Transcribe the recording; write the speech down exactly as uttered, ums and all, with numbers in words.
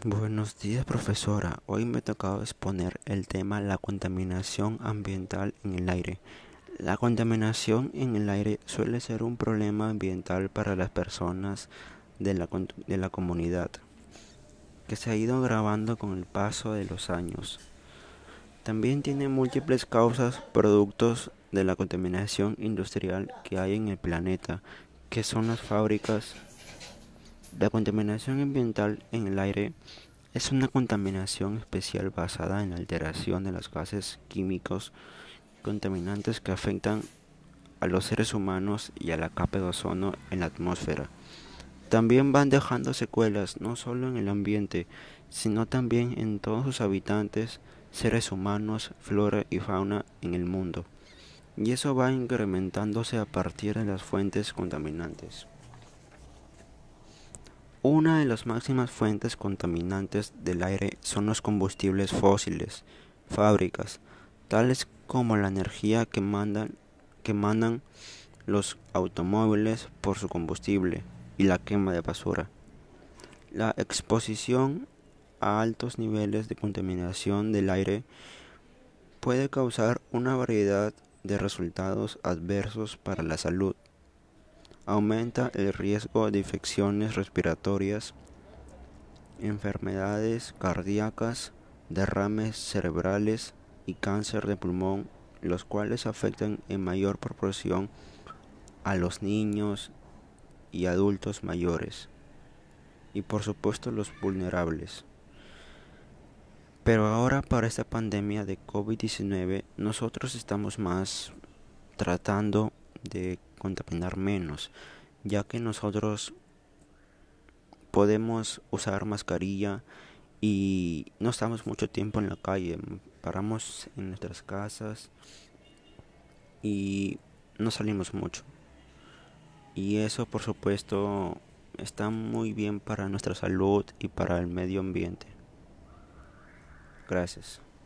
Buenos días, profesora. Hoy me ha tocado exponer el tema la contaminación ambiental en el aire. La contaminación en el aire suele ser un problema ambiental para las personas de la, de la comunidad, que se ha ido agravando con el paso de los años. También tiene múltiples causas productos de la contaminación industrial que hay en el planeta, que son las fábricas. La contaminación ambiental en el aire es una contaminación especial basada en la alteración de los gases químicos contaminantes que afectan a los seres humanos y a la capa de ozono en la atmósfera. También van dejando secuelas no solo en el ambiente, sino también en todos sus habitantes, seres humanos, flora y fauna en el mundo. Y eso va incrementándose a partir de las fuentes contaminantes. Una de las máximas fuentes contaminantes del aire son los combustibles fósiles, fábricas, tales como la energía que mandan, que mandan los automóviles por su combustible y la quema de basura. La exposición a altos niveles de contaminación del aire puede causar una variedad de resultados adversos para la salud. Aumenta el riesgo de infecciones respiratorias, enfermedades cardíacas, derrames cerebrales y cáncer de pulmón, los cuales afectan en mayor proporción a los niños y adultos mayores, y por supuesto los vulnerables. Pero ahora para esta pandemia de COVID diecinueve nosotros estamos más tratando de contaminar menos, ya que nosotros podemos usar mascarilla y no estamos mucho tiempo en la calle, paramos en nuestras casas y no salimos mucho. Y eso, por supuesto, está muy bien para nuestra salud y para el medio ambiente. Gracias.